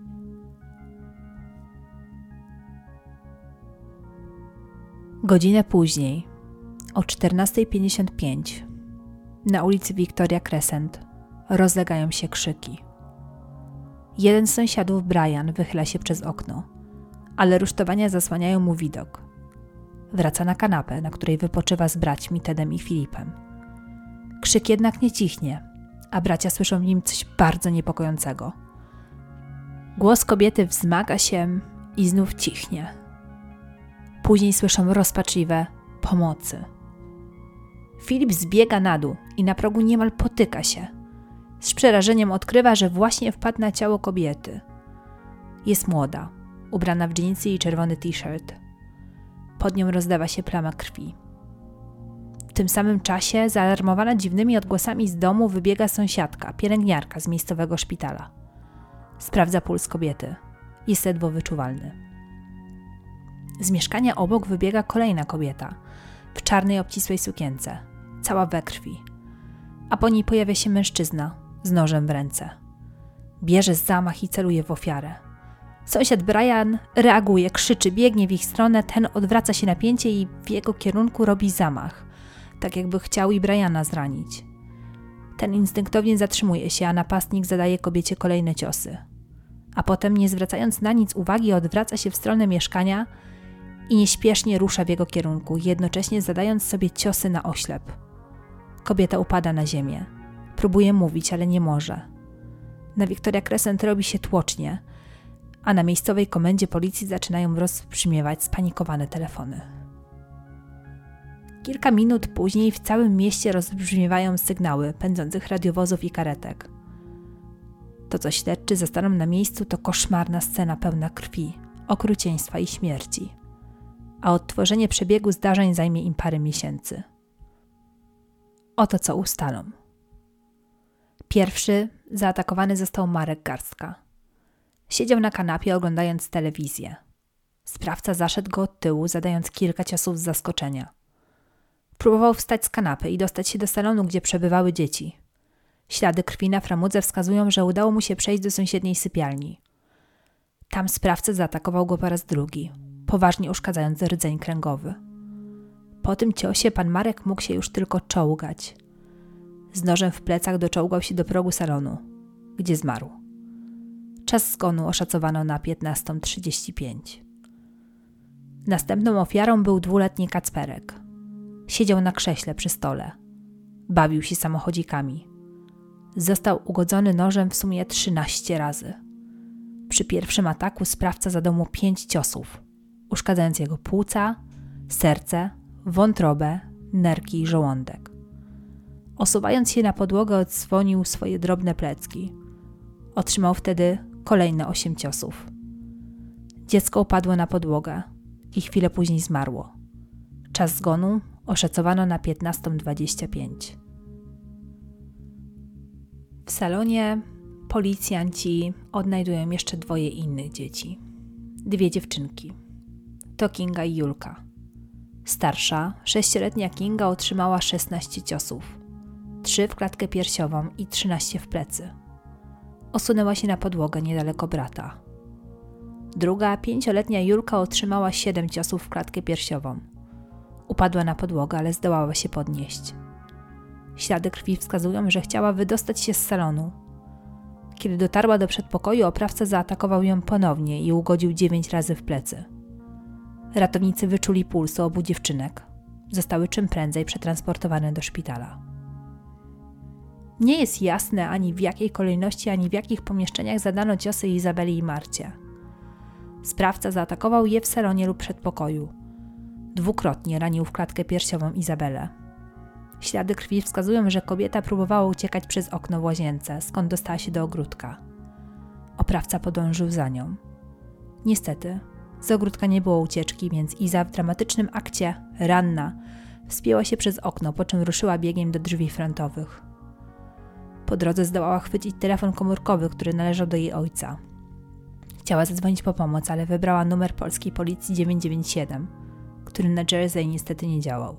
Godzinę później, o czternasta pięćdziesiąt pięć, na ulicy Victoria Crescent rozlegają się krzyki. Jeden z sąsiadów, Brian, wychyla się przez okno, ale rusztowania zasłaniają mu widok. Wraca na kanapę, na której wypoczywa z braćmi Tedem i Filipem. Krzyk jednak nie cichnie, a bracia słyszą w nim coś bardzo niepokojącego. Głos kobiety wzmaga się i znów cichnie. Później słyszą rozpaczliwe pomocy. Filip zbiega na dół i na progu niemal potyka się. Z przerażeniem odkrywa, że właśnie wpadł na ciało kobiety. Jest młoda, ubrana w dżinsy i czerwony t-shirt. Pod nią rozlewa się plama krwi. W tym samym czasie, zaalarmowana dziwnymi odgłosami z domu, wybiega sąsiadka, pielęgniarka z miejscowego szpitala. Sprawdza puls kobiety. Jest ledwo wyczuwalny. Z mieszkania obok wybiega kolejna kobieta, w czarnej obcisłej sukience, cała we krwi. A po niej pojawia się mężczyzna z nożem w ręce. Bierze zamach i celuje w ofiarę. Sąsiad Brian reaguje, krzyczy, biegnie w ich stronę, ten odwraca się napięcie i w jego kierunku robi zamach, tak jakby chciał i Briana zranić. Ten instynktownie zatrzymuje się, a napastnik zadaje kobiecie kolejne ciosy. A potem, nie zwracając na nic uwagi, odwraca się w stronę mieszkania i nieśpiesznie rusza w jego kierunku, jednocześnie zadając sobie ciosy na oślep. Kobieta upada na ziemię. Próbuje mówić, ale nie może. Na Victoria Crescent robi się tłocznie, a na miejscowej komendzie policji zaczynają rozbrzmiewać spanikowane telefony. Kilka minut później w całym mieście rozbrzmiewają sygnały pędzących radiowozów i karetek. To, co śledczy zastaną na miejscu, to koszmarna scena pełna krwi, okrucieństwa i śmierci, a odtworzenie przebiegu zdarzeń zajmie im parę miesięcy. Oto co ustalą. Pierwszy zaatakowany został Marek Garstka. Siedział na kanapie, oglądając telewizję. Sprawca zaszedł go od tyłu, zadając kilka ciosów z zaskoczenia. Próbował wstać z kanapy i dostać się do salonu, gdzie przebywały dzieci. Ślady krwi na framudze wskazują, że udało mu się przejść do sąsiedniej sypialni. Tam sprawca zaatakował go po raz drugi, poważnie uszkadzając rdzeń kręgowy. Po tym ciosie pan Marek mógł się już tylko czołgać. Z nożem w plecach doczołgał się do progu salonu, gdzie zmarł. Czas zgonu oszacowano na piętnastą trzydzieści pięć. Następną ofiarą był dwuletni Kacperek. Siedział na krześle przy stole. Bawił się samochodzikami. Został ugodzony nożem w sumie trzynaście razy. Przy pierwszym ataku sprawca zadał mu pięć ciosów, uszkadzając jego płuca, serce, wątrobę, nerki i żołądek. Osuwając się na podłogę, odsłonił swoje drobne plecki. Otrzymał wtedy kolejne osiem ciosów. Dziecko upadło na podłogę i chwilę później zmarło. Czas zgonu oszacowano na piętnastą dwadzieścia pięć. W salonie policjanci odnajdują jeszcze dwoje innych dzieci. Dwie dziewczynki. To Kinga i Julka. Starsza, sześcioletnia Kinga otrzymała szesnaście ciosów. Trzy w klatkę piersiową i trzynaście w plecy. Osunęła się na podłogę niedaleko brata. Druga, pięcioletnia Julka otrzymała siedem ciosów w klatkę piersiową. Upadła na podłogę, ale zdołała się podnieść. Ślady krwi wskazują, że chciała wydostać się z salonu. Kiedy dotarła do przedpokoju, oprawca zaatakował ją ponownie i ugodził dziewięć razy w plecy. Ratownicy wyczuli pulsu obu dziewczynek. Zostały czym prędzej przetransportowane do szpitala. Nie jest jasne ani w jakiej kolejności, ani w jakich pomieszczeniach zadano ciosy Izabeli i Marcie. Sprawca zaatakował je w salonie lub przedpokoju. Dwukrotnie ranił w klatkę piersiową Izabelę. Ślady krwi wskazują, że kobieta próbowała uciekać przez okno w łazience, skąd dostała się do ogródka. Oprawca podążył za nią. Niestety, z ogródka nie było ucieczki, więc Iza w dramatycznym akcie, ranna, wspięła się przez okno, po czym ruszyła biegiem do drzwi frontowych. Po drodze zdołała chwycić telefon komórkowy, który należał do jej ojca. Chciała zadzwonić po pomoc, ale wybrała numer polskiej policji dziewięć dziewięć siedem, który na Jersey niestety nie działał.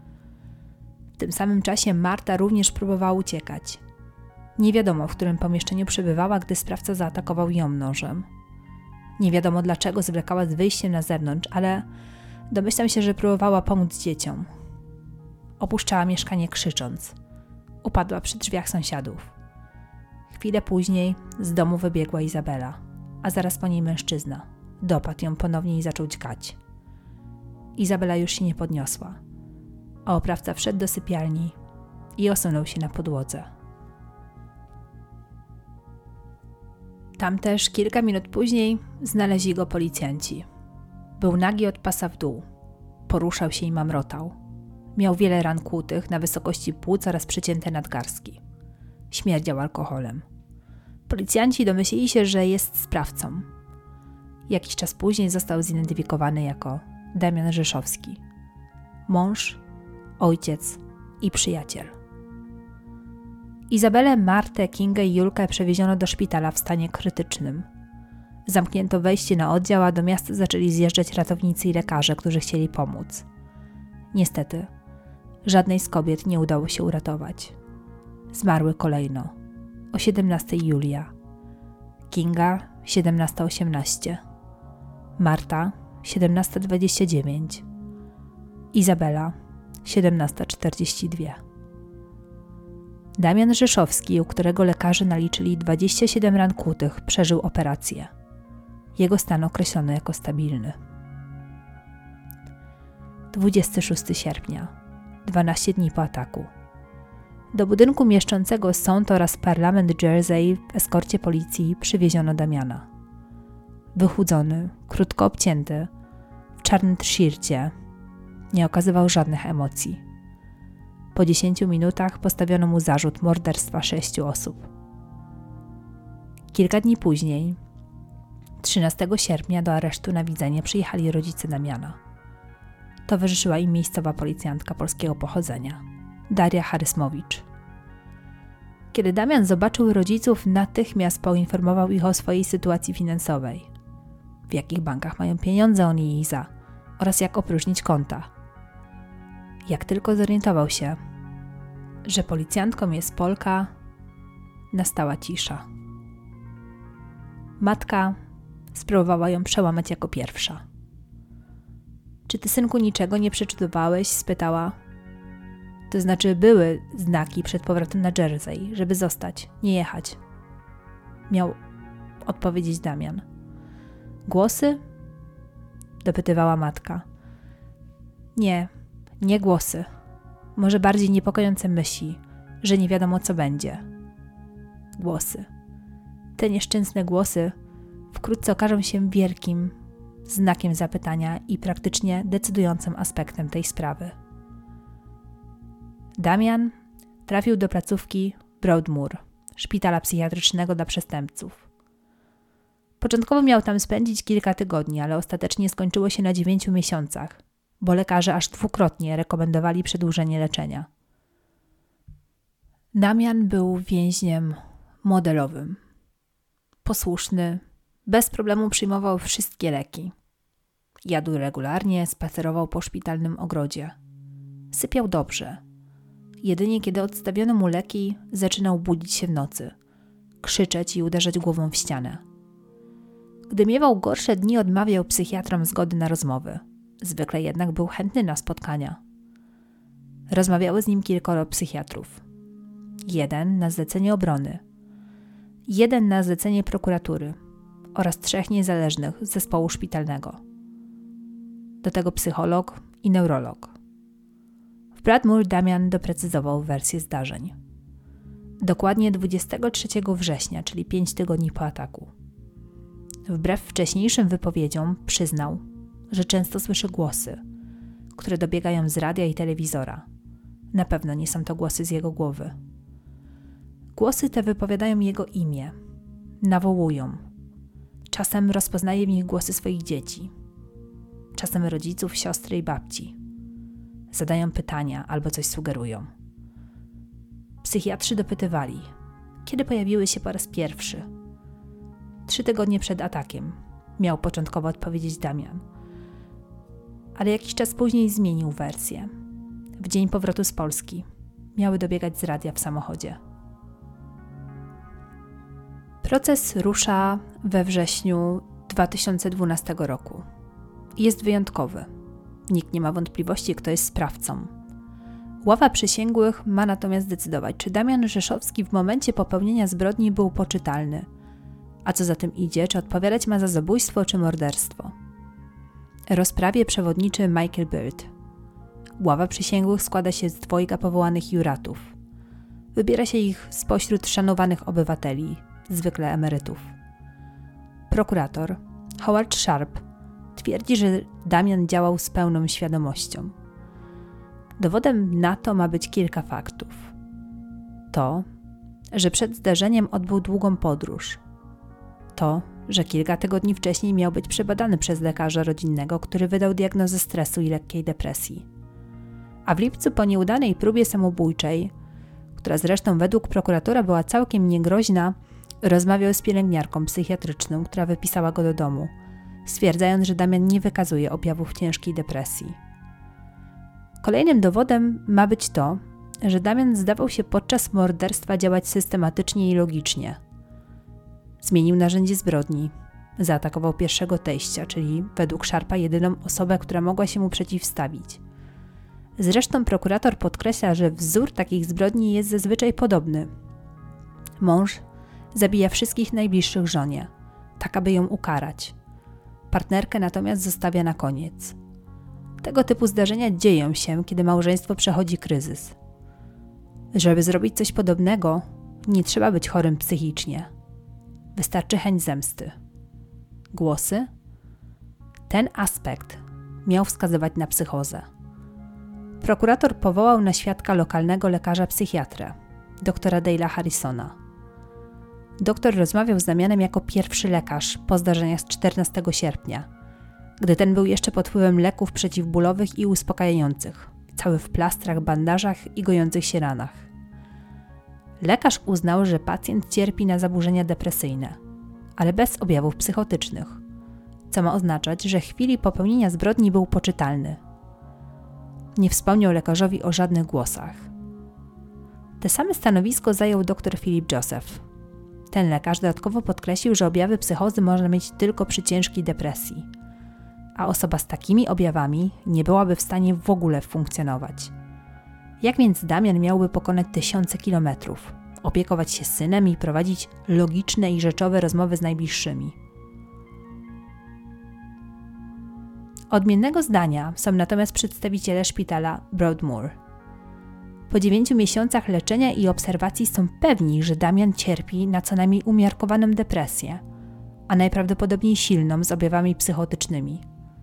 W tym samym czasie Marta również próbowała uciekać. Nie wiadomo, w którym pomieszczeniu przebywała, gdy sprawca zaatakował ją nożem. Nie wiadomo, dlaczego zwlekała z wyjściem na zewnątrz, ale domyślam się, że próbowała pomóc dzieciom. Opuszczała mieszkanie krzycząc. Upadła przy drzwiach sąsiadów. Chwilę później z domu wybiegła Izabela, a zaraz po niej mężczyzna. Dopadł ją ponownie i zaczął dźgać. Izabela już się nie podniosła, a oprawca wszedł do sypialni i osunął się na podłodze. Tam też kilka minut później znaleźli go policjanci. Był nagi od pasa w dół. Poruszał się i mamrotał. Miał wiele ran kłutych na wysokości płuc oraz przycięte nadgarstki. Śmierdział alkoholem. Policjanci domyślili się, że jest sprawcą. Jakiś czas później został zidentyfikowany jako Damian Rzeszowski. Mąż, ojciec i przyjaciel. Izabelę, Martę, Kingę i Julkę przewieziono do szpitala w stanie krytycznym. Zamknięto wejście na oddział, a do miasta zaczęli zjeżdżać ratownicy i lekarze, którzy chcieli pomóc. Niestety, żadnej z kobiet nie udało się uratować. Zmarły kolejno. O siedemnastej Julia. Kinga siedemnasta osiemnaście. Marta siedemnasta dwadzieścia dziewięć. Izabela siedemnasta czterdzieści dwa. Damian Rzeszowski, u którego lekarze naliczyli dwadzieścia siedem ran kłutych, przeżył operację. Jego stan określono jako stabilny. dwudziestego szóstego sierpnia, dwanaście dni po ataku. Do budynku mieszczącego sąd oraz parlament Jersey w eskorcie policji przywieziono Damiana. Wychudzony, krótko obcięty, w czarnym t-shircie, nie okazywał żadnych emocji. Po dziesięciu minutach postawiono mu zarzut morderstwa sześciu osób. Kilka dni później, trzynastego sierpnia, do aresztu na widzenie przyjechali rodzice Damiana. Towarzyszyła im miejscowa policjantka polskiego pochodzenia, Daria Harysmowicz. Kiedy Damian zobaczył rodziców, natychmiast poinformował ich o swojej sytuacji finansowej. W jakich bankach mają pieniądze on i Iza oraz jak opróżnić konta. Jak tylko zorientował się, że policjantką jest Polka, nastała cisza. Matka spróbowała ją przełamać jako pierwsza. Czy ty, synku, niczego nie przeczytywałeś? Spytała. To znaczy były znaki przed powrotem na Jersey, żeby zostać, nie jechać. Miał odpowiedzieć Damian. Głosy? Dopytywała matka. Nie, nie głosy. Może bardziej niepokojące myśli, że nie wiadomo co będzie. Głosy. Te nieszczęsne głosy wkrótce okażą się wielkim znakiem zapytania i praktycznie decydującym aspektem tej sprawy. Damian trafił do placówki Broadmoor, szpitala psychiatrycznego dla przestępców. Początkowo miał tam spędzić kilka tygodni, ale ostatecznie skończyło się na dziewięciu miesiącach, bo lekarze aż dwukrotnie rekomendowali przedłużenie leczenia. Damian był więźniem modelowym. Posłuszny, bez problemu przyjmował wszystkie leki. Jadł regularnie, spacerował po szpitalnym ogrodzie. Sypiał dobrze. Jedynie kiedy odstawiono mu leki, zaczynał budzić się w nocy, krzyczeć i uderzać głową w ścianę. Gdy miewał gorsze dni, odmawiał psychiatrom zgody na rozmowy. Zwykle jednak był chętny na spotkania. Rozmawiało z nim kilkoro psychiatrów. Jeden na zlecenie obrony, jeden na zlecenie prokuratury oraz trzech niezależnych z zespołu szpitalnego. Do tego psycholog i neurolog. W Broadmoor Damian doprecyzował wersję zdarzeń. Dokładnie dwudziestego trzeciego września, czyli pięć tygodni po ataku. Wbrew wcześniejszym wypowiedziom przyznał, że często słyszy głosy, które dobiegają z radia i telewizora. Na pewno nie są to głosy z jego głowy. Głosy te wypowiadają jego imię, nawołują. Czasem rozpoznaje w nich głosy swoich dzieci, czasem rodziców, siostry i babci. Zadają pytania albo coś sugerują. Psychiatrzy dopytywali, kiedy pojawiły się po raz pierwszy. Trzy tygodnie przed atakiem, miał początkowo odpowiedzieć Damian. Ale jakiś czas później zmienił wersję. W dzień powrotu z Polski miały dobiegać z radia w samochodzie. Proces rusza we wrześniu dwa tysiące dwunastego roku. Jest wyjątkowy. Nikt nie ma wątpliwości, kto jest sprawcą. Ława przysięgłych ma natomiast decydować, czy Damian Rzeszowski w momencie popełnienia zbrodni był poczytalny, a co za tym idzie, czy odpowiadać ma za zabójstwo czy morderstwo. Rozprawie przewodniczy Michael Bird. Ława przysięgłych składa się z dwojga powołanych juratów. Wybiera się ich spośród szanowanych obywateli, zwykle emerytów. Prokurator Howard Sharp twierdzi, że Damian działał z pełną świadomością. Dowodem na to ma być kilka faktów. To, że przed zdarzeniem odbył długą podróż. To, że kilka tygodni wcześniej miał być przebadany przez lekarza rodzinnego, który wydał diagnozę stresu i lekkiej depresji. A w lipcu po nieudanej próbie samobójczej, która zresztą według prokuratora była całkiem niegroźna, rozmawiał z pielęgniarką psychiatryczną, która wypisała go do domu, stwierdzając, że Damian nie wykazuje objawów ciężkiej depresji. Kolejnym dowodem ma być to, że Damian zdawał się podczas morderstwa działać systematycznie i logicznie. Zmienił narzędzie zbrodni, zaatakował pierwszego teścia, czyli według Sharpa jedyną osobę, która mogła się mu przeciwstawić. Zresztą prokurator podkreśla, że wzór takich zbrodni jest zazwyczaj podobny. Mąż zabija wszystkich najbliższych żonie, tak aby ją ukarać. Partnerkę natomiast zostawia na koniec. Tego typu zdarzenia dzieją się, kiedy małżeństwo przechodzi kryzys. Żeby zrobić coś podobnego, nie trzeba być chorym psychicznie. Wystarczy chęć zemsty. Głosy? Ten aspekt miał wskazywać na psychozę. Prokurator powołał na świadka lokalnego lekarza psychiatrę, doktora Dale'a Harrisona. Doktor rozmawiał z Damianem jako pierwszy lekarz po zdarzeniach z czternastego sierpnia, gdy ten był jeszcze pod wpływem leków przeciwbólowych i uspokajających, cały w plastrach, bandażach i gojących się ranach. Lekarz uznał, że pacjent cierpi na zaburzenia depresyjne, ale bez objawów psychotycznych, co ma oznaczać, że w chwili popełnienia zbrodni był poczytalny. Nie wspomniał lekarzowi o żadnych głosach. Te same stanowisko zajął dr Philip Joseph. Ten lekarz dodatkowo podkreślił, że objawy psychozy można mieć tylko przy ciężkiej depresji, a osoba z takimi objawami nie byłaby w stanie w ogóle funkcjonować. Jak więc Damian miałby pokonać tysiące kilometrów, opiekować się synem i prowadzić logiczne i rzeczowe rozmowy z najbliższymi? Odmiennego zdania są natomiast przedstawiciele szpitala Broadmoor. Po dziewięciu miesiącach leczenia i obserwacji są pewni, że Damian cierpi na co najmniej umiarkowaną depresję, a najprawdopodobniej silną z objawami psychotycznymi.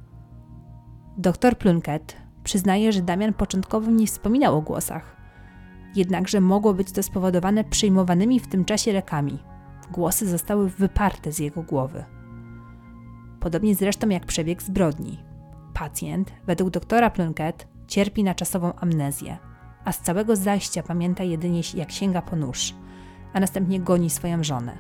Doktor Plunkett przyznaje, że Damian początkowo nie wspominał o głosach, jednakże mogło być to spowodowane przyjmowanymi w tym czasie lekami. Głosy zostały wyparte z jego głowy. Podobnie zresztą jak przebieg zbrodni. Pacjent, według doktora Plunkett, cierpi na czasową amnezję, a z całego zajścia pamięta jedynie, jak sięga po nóż, a następnie goni swoją żonę.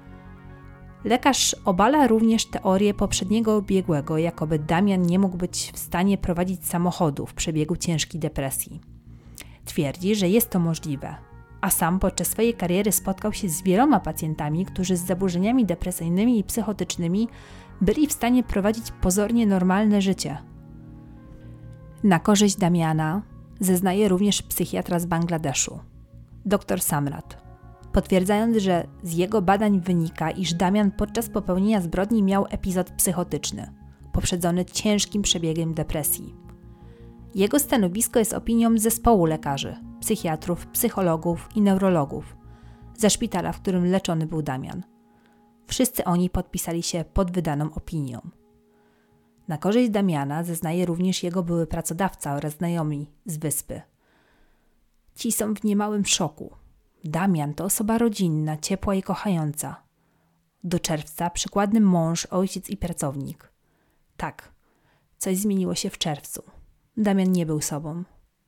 Lekarz obala również teorię poprzedniego biegłego, jakoby Damian nie mógł być w stanie prowadzić samochodu w przebiegu ciężkiej depresji. Twierdzi, że jest to możliwe, a sam podczas swojej kariery spotkał się z wieloma pacjentami, którzy z zaburzeniami depresyjnymi i psychotycznymi byli w stanie prowadzić pozornie normalne życie. Na korzyść Damiana zeznaje również psychiatra z Bangladeszu, dr Samrat, potwierdzając, że z jego badań wynika, iż Damian podczas popełnienia zbrodni miał epizod psychotyczny, poprzedzony ciężkim przebiegiem depresji. Jego stanowisko jest opinią zespołu lekarzy, psychiatrów, psychologów i neurologów ze szpitala, w którym leczony był Damian. Wszyscy oni podpisali się pod wydaną opinią. Na korzyść Damiana zeznaje również jego były pracodawca oraz znajomi z wyspy. Ci są w niemałym szoku. Damian to osoba rodzinna, ciepła i kochająca. Do czerwca przykładny mąż, ojciec i pracownik. Tak, coś zmieniło się w czerwcu. Damian nie był sobą.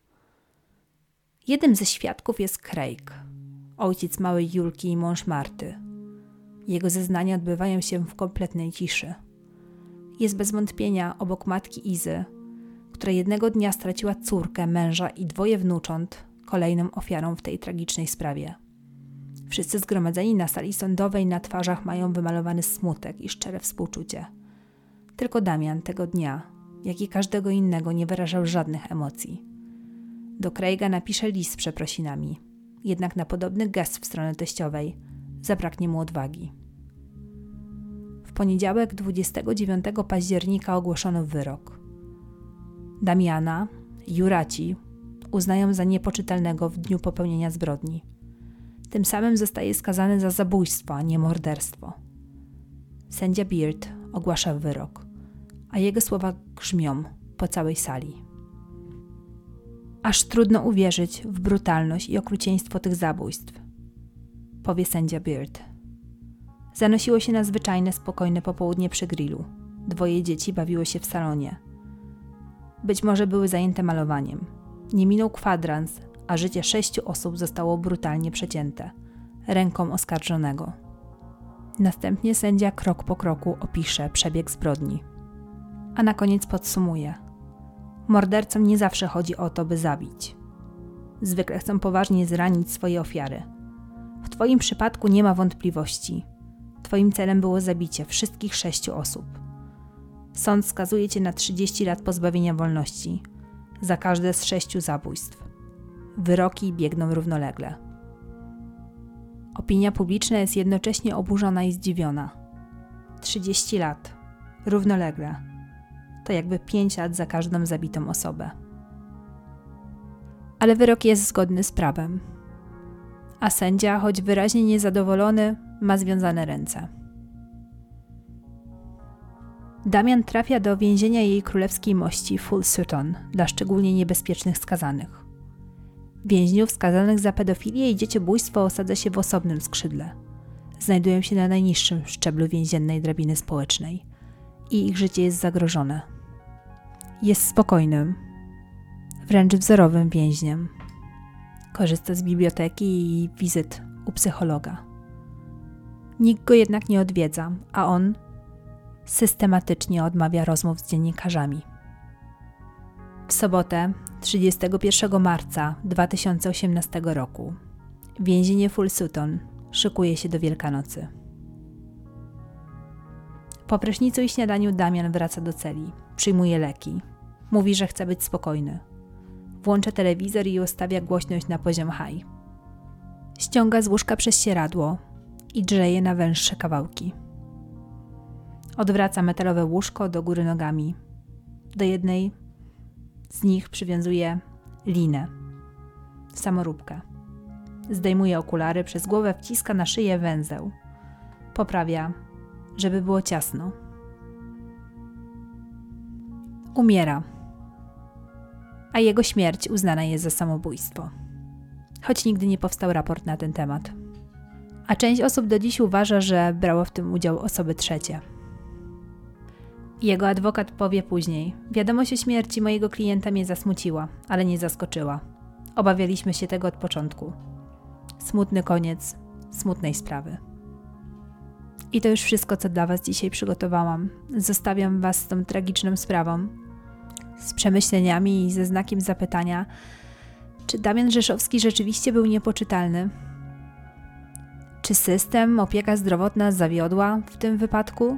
Jednym ze świadków jest Craig, ojciec małej Julki i mąż Marty. Jego zeznania odbywają się w kompletnej ciszy. Jest bez wątpienia obok matki Izy, która jednego dnia straciła córkę, męża i dwoje wnucząt, kolejną ofiarą w tej tragicznej sprawie. Wszyscy zgromadzeni na sali sądowej na twarzach mają wymalowany smutek i szczere współczucie. Tylko Damian tego dnia, jak i każdego innego, nie wyrażał żadnych emocji. Do Craiga napisze list z przeprosinami, jednak na podobny gest w stronę teściowej zabraknie mu odwagi. W poniedziałek dwudziestego dziewiątego października ogłoszono wyrok. Damiana juraci uznają za niepoczytalnego w dniu popełnienia zbrodni. Tym samym zostaje skazany za zabójstwo, a nie morderstwo. Sędzia Beard ogłasza wyrok, a jego słowa grzmią po całej sali. Aż trudno uwierzyć w brutalność i okrucieństwo tych zabójstw, powie sędzia Beard. Zanosiło się na zwyczajne, spokojne popołudnie przy grillu. Dwoje dzieci bawiło się w salonie. Być może były zajęte malowaniem. Nie minął kwadrans, a życie sześciu osób zostało brutalnie przecięte ręką oskarżonego. Następnie sędzia krok po kroku opisze przebieg zbrodni. A na koniec podsumuje. Mordercom nie zawsze chodzi o to, by zabić. Zwykle chcą poważnie zranić swoje ofiary. W twoim przypadku nie ma wątpliwości. Twoim celem było zabicie wszystkich sześciu osób. Sąd skazuje cię na trzydzieści lat pozbawienia wolności za każde z sześciu zabójstw. Wyroki biegną równolegle. Opinia publiczna jest jednocześnie oburzona i zdziwiona. trzydzieści lat. Równolegle. To jakby pięć lat za każdą zabitą osobę. Ale wyrok jest zgodny z prawem. A sędzia, choć wyraźnie niezadowolony, ma związane ręce. Damian trafia do więzienia jej królewskiej mości Full Sutton dla szczególnie niebezpiecznych skazanych. Więźniów skazanych za pedofilię i dzieciobójstwo osadza się w osobnym skrzydle. Znajdują się na najniższym szczeblu więziennej drabiny społecznej i ich życie jest zagrożone. Jest spokojnym, wręcz wzorowym więźniem. korzysta z biblioteki i wizyt u psychologa. Nikt go jednak nie odwiedza, a on systematycznie odmawia rozmów z dziennikarzami. W sobotę, trzydziestego pierwszego marca dwa tysiące osiemnastego roku, więzienie Full Sutton szykuje się do Wielkanocy. Po prysznicu i śniadaniu Damian wraca do celi, przyjmuje leki. Mówi, że chce być spokojny. Włącza telewizor i ustawia głośność na poziom high. Ściąga z łóżka prześcieradło i drzeje na węższe kawałki. Odwraca metalowe łóżko do góry nogami. Do jednej z nich przywiązuje linę, samoróbkę. Zdejmuje okulary, przez głowę wciska na szyję węzeł. Poprawia, żeby było ciasno. Umiera, a jego śmierć uznana jest za samobójstwo. Choć nigdy nie powstał raport na ten temat. A część osób do dziś uważa, że brało w tym udział osoby trzecie. Jego adwokat powie później: wiadomość o śmierci mojego klienta mnie zasmuciła, ale nie zaskoczyła. Obawialiśmy się tego od początku. Smutny koniec smutnej sprawy. I to już wszystko, co dla Was dzisiaj przygotowałam. Zostawiam Was z tą tragiczną sprawą, z przemyśleniami i ze znakiem zapytania, czy Damian Rzeszowski rzeczywiście był niepoczytalny? Czy system, opieka zdrowotna zawiodła w tym wypadku?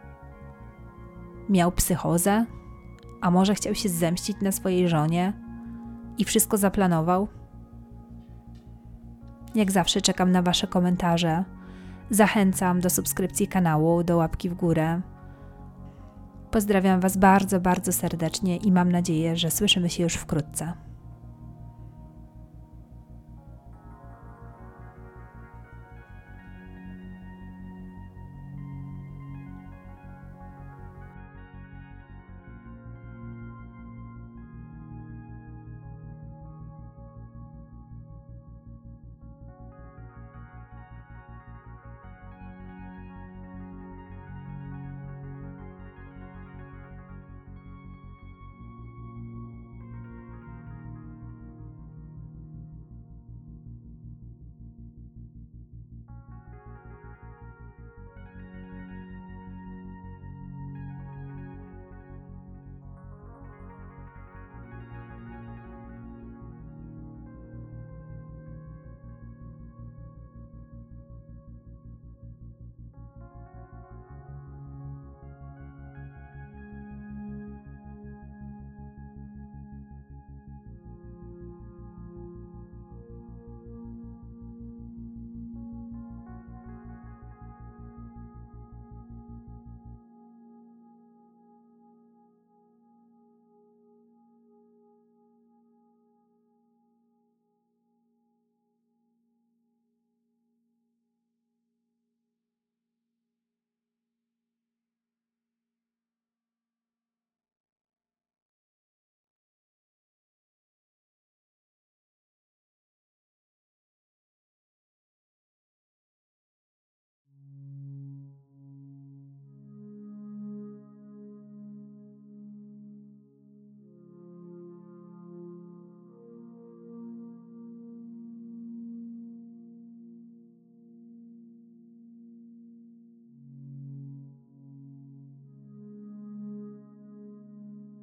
Miał psychozę? A może chciał się zemścić na swojej żonie i wszystko zaplanował? Jak zawsze czekam na Wasze komentarze. Zachęcam do subskrypcji kanału, do łapki w górę. Pozdrawiam Was bardzo, bardzo serdecznie i mam nadzieję, że słyszymy się już wkrótce.